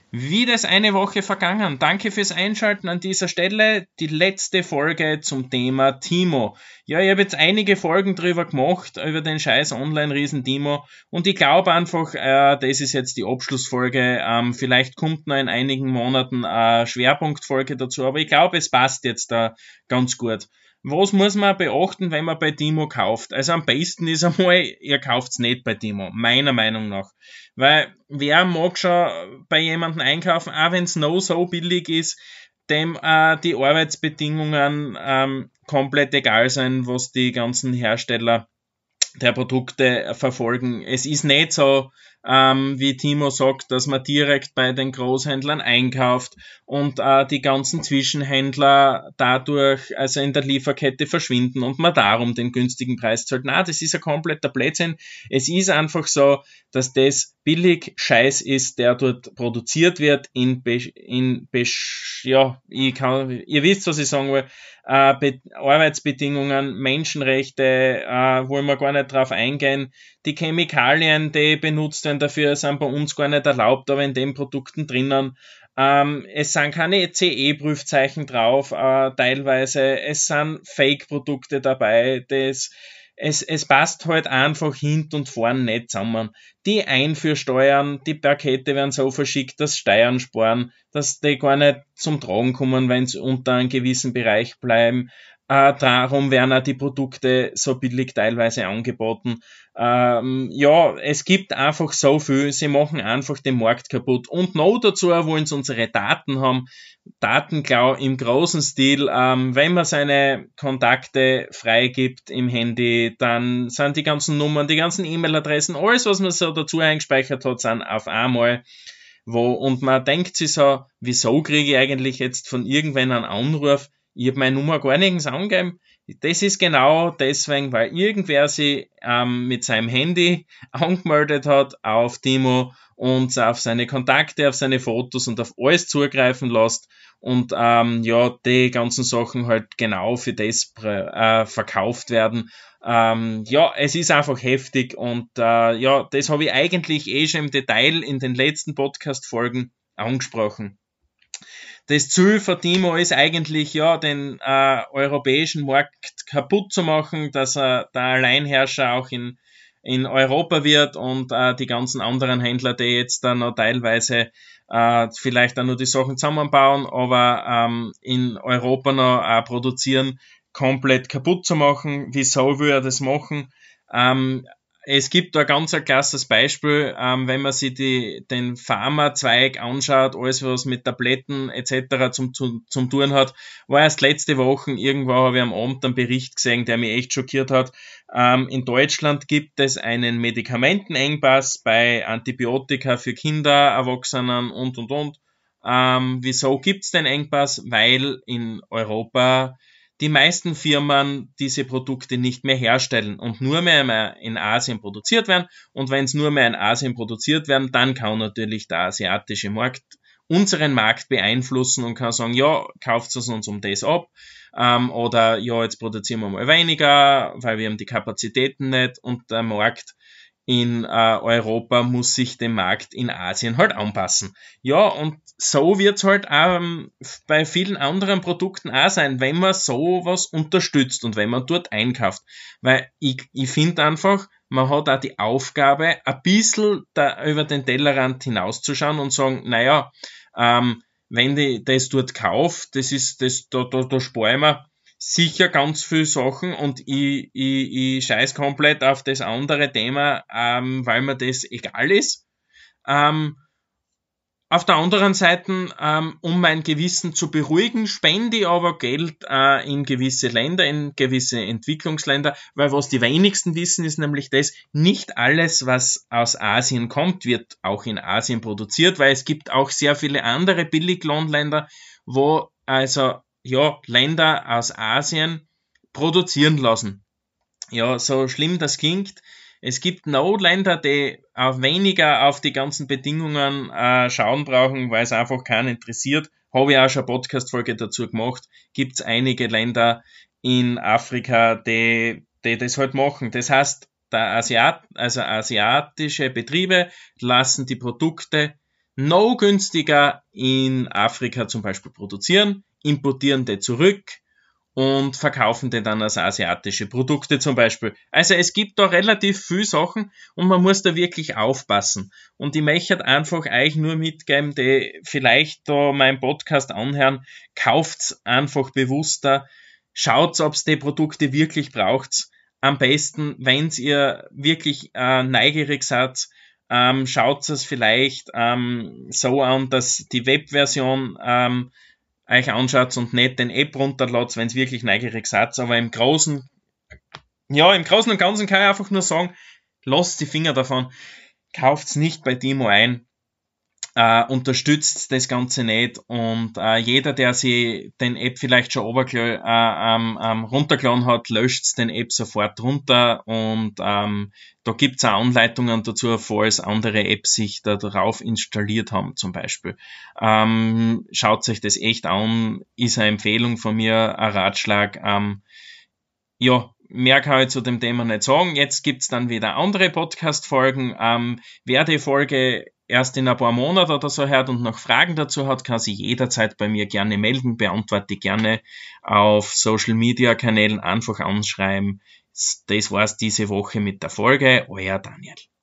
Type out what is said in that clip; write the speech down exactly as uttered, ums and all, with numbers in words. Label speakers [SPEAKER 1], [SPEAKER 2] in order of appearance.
[SPEAKER 1] Wieder ist eine Woche vergangen. Danke fürs Einschalten an dieser Stelle. Die letzte Folge zum Thema Timo. Ja, ich habe jetzt einige Folgen drüber gemacht, über den scheiß Online-Riesen Timo. Und ich glaube einfach, äh, das ist jetzt die Abschlussfolge. Ähm, vielleicht kommt noch in einigen Monaten eine Schwerpunktfolge dazu, aber ich glaube, es passt jetzt da ganz gut. Was muss man beachten, wenn man bei Timo kauft? Also am besten ist einmal, ihr kauft's nicht bei Timo, meiner Meinung nach. Weil wer mag schon bei jemandem einkaufen, auch wenn es noch so billig ist, dem äh, die Arbeitsbedingungen ähm, komplett egal sein, was die ganzen Hersteller der Produkte verfolgen. Es ist nicht so, ähm, wie Timo sagt, dass man direkt bei den Großhändlern einkauft und äh, die ganzen Zwischenhändler dadurch also in der Lieferkette verschwinden und man darum den günstigen Preis zahlt. Na, das ist ein kompletter Blödsinn. Es ist einfach so, dass das billig Scheiß ist, der dort produziert wird in, Be in Be ja, ich kann, ihr wisst, was ich sagen will, äh, Be Arbeitsbedingungen, Menschenrechte, äh, wollen wir gar nicht drauf eingehen. Die Chemikalien, die benutzt werden dafür, sind bei uns gar nicht erlaubt, aber in den Produkten drinnen. Ähm, es sind keine C E-Prüfzeichen drauf, äh, teilweise. Es sind Fake-Produkte dabei. Das, es, es passt halt einfach hinten und vorn nicht zusammen. Die Einfuhrsteuern, die Pakete werden so verschickt, dass Steuern sparen, dass die gar nicht zum Tragen kommen, wenn sie unter einem gewissen Bereich bleiben. Äh, darum werden auch die Produkte so billig teilweise angeboten. Ähm, ja, es gibt einfach so viel, sie machen einfach den Markt kaputt. Und noch dazu wollen sie unsere Daten haben. Datenklau im großen Stil. Ähm, wenn man seine Kontakte freigibt im Handy, dann sind die ganzen Nummern, die ganzen E-Mail-Adressen, alles, was man so dazu eingespeichert hat, sind auf einmal wo, und man denkt sich so, wieso kriege ich eigentlich jetzt von irgendwann einen Anruf? Ich habe meine Nummer gar nirgends angegeben. Das ist genau deswegen, weil irgendwer sich ähm, mit seinem Handy angemeldet hat auf Timo und auf seine Kontakte, auf seine Fotos und auf alles zugreifen lässt und ähm, ja, die ganzen Sachen halt genau für das äh, verkauft werden. Ähm, ja, es ist einfach heftig und äh, ja, das habe ich eigentlich eh schon im Detail in den letzten Podcast-Folgen angesprochen. Das Ziel von Timo ist eigentlich, ja, den äh, europäischen Markt kaputt zu machen, dass er der Alleinherrscher auch in, in Europa wird und äh, die ganzen anderen Händler, die jetzt da noch teilweise äh, vielleicht auch nur die Sachen zusammenbauen, aber ähm, in Europa noch äh, produzieren, komplett kaputt zu machen. Wieso will er das machen? Ähm, Es gibt da ganz ein klasses Beispiel, ähm, wenn man sich die, den Pharmazweig anschaut, alles was mit Tabletten et cetera zum, zum, zum tun hat, war erst letzte Woche, irgendwo habe ich am Abend einen Bericht gesehen, der mich echt schockiert hat. Ähm, in Deutschland gibt es einen Medikamentenengpass bei Antibiotika für Kinder, Erwachsenen und und und. Ähm, wieso gibt's den Engpass? Weil in Europa die meisten Firmen diese Produkte nicht mehr herstellen und nur mehr in Asien produziert werden. Und wenn es nur mehr in Asien produziert werden, dann kann natürlich der asiatische Markt unseren Markt beeinflussen und kann sagen, ja, kauft es uns um das ab. Ähm, oder ja, jetzt produzieren wir mal weniger, weil wir haben die Kapazitäten nicht und der Markt in äh, Europa muss sich dem Markt in Asien halt anpassen. Ja, und so wird's halt ähm, bei vielen anderen Produkten auch sein, wenn man sowas unterstützt und wenn man dort einkauft. Weil ich, ich finde einfach, man hat auch die Aufgabe, ein bisschen da über den Tellerrand hinauszuschauen und sagen, naja, ähm, wenn die das dort kauft, das ist, das, da, da, da sparen wir sicher ganz viel Sachen und ich, ich, ich scheiß komplett auf das andere Thema, ähm, weil mir das egal ist. Ähm, auf der anderen Seite, ähm, um mein Gewissen zu beruhigen, spende ich aber Geld äh, in gewisse Länder, in gewisse Entwicklungsländer, weil was die wenigsten wissen, ist nämlich das, nicht alles, was aus Asien kommt, wird auch in Asien produziert, weil es gibt auch sehr viele andere Billiglohnländer, wo also ja Länder aus Asien produzieren lassen. Ja, so schlimm das klingt, es gibt noch Länder, die auch weniger auf die ganzen Bedingungen äh, schauen brauchen, weil es einfach keinen interessiert. Habe ich auch schon eine Podcast-Folge dazu gemacht. Gibt es einige Länder in Afrika, die, die das halt machen. Das heißt, der Asiat, also asiatische Betriebe lassen die Produkte noch günstiger in Afrika zum Beispiel produzieren, importieren die zurück und verkaufen die dann als asiatische Produkte zum Beispiel. Also es gibt da relativ viel Sachen und man muss da wirklich aufpassen. Und ich möchte einfach euch nur mitgeben, die vielleicht da meinen Podcast anhören, kauft's einfach bewusster, schaut, ob ihr die Produkte wirklich braucht. Am besten, wenn ihr wirklich äh, neugierig seid, ähm, schaut es vielleicht ähm, so an, dass die Webversion ähm, euch anschaut und nicht den App runterladet, wenn es wirklich neugierig seid. Aber im Großen, ja, im Großen und Ganzen kann ich einfach nur sagen, lasst die Finger davon, kauft's nicht bei Timo ein, äh, unterstützt das Ganze nicht und äh, jeder, der sich den App vielleicht schon äh, ähm, ähm, runtergeladen hat, löscht den App sofort runter und ähm, da gibt's auch Anleitungen dazu, falls andere Apps sich da drauf installiert haben zum Beispiel. Ähm, schaut euch das echt an, ist eine Empfehlung von mir, ein Ratschlag. Ähm, ja, mehr kann ich zu dem Thema nicht sagen. Jetzt gibt's dann wieder andere Podcast-Folgen. Ähm, wer die Folge erst in ein paar Monaten oder so hört und noch Fragen dazu hat, kann sich jederzeit bei mir gerne melden, beantworte ich gerne auf Social-Media-Kanälen, einfach anschreiben. Das war's diese Woche mit der Folge. Euer Daniel.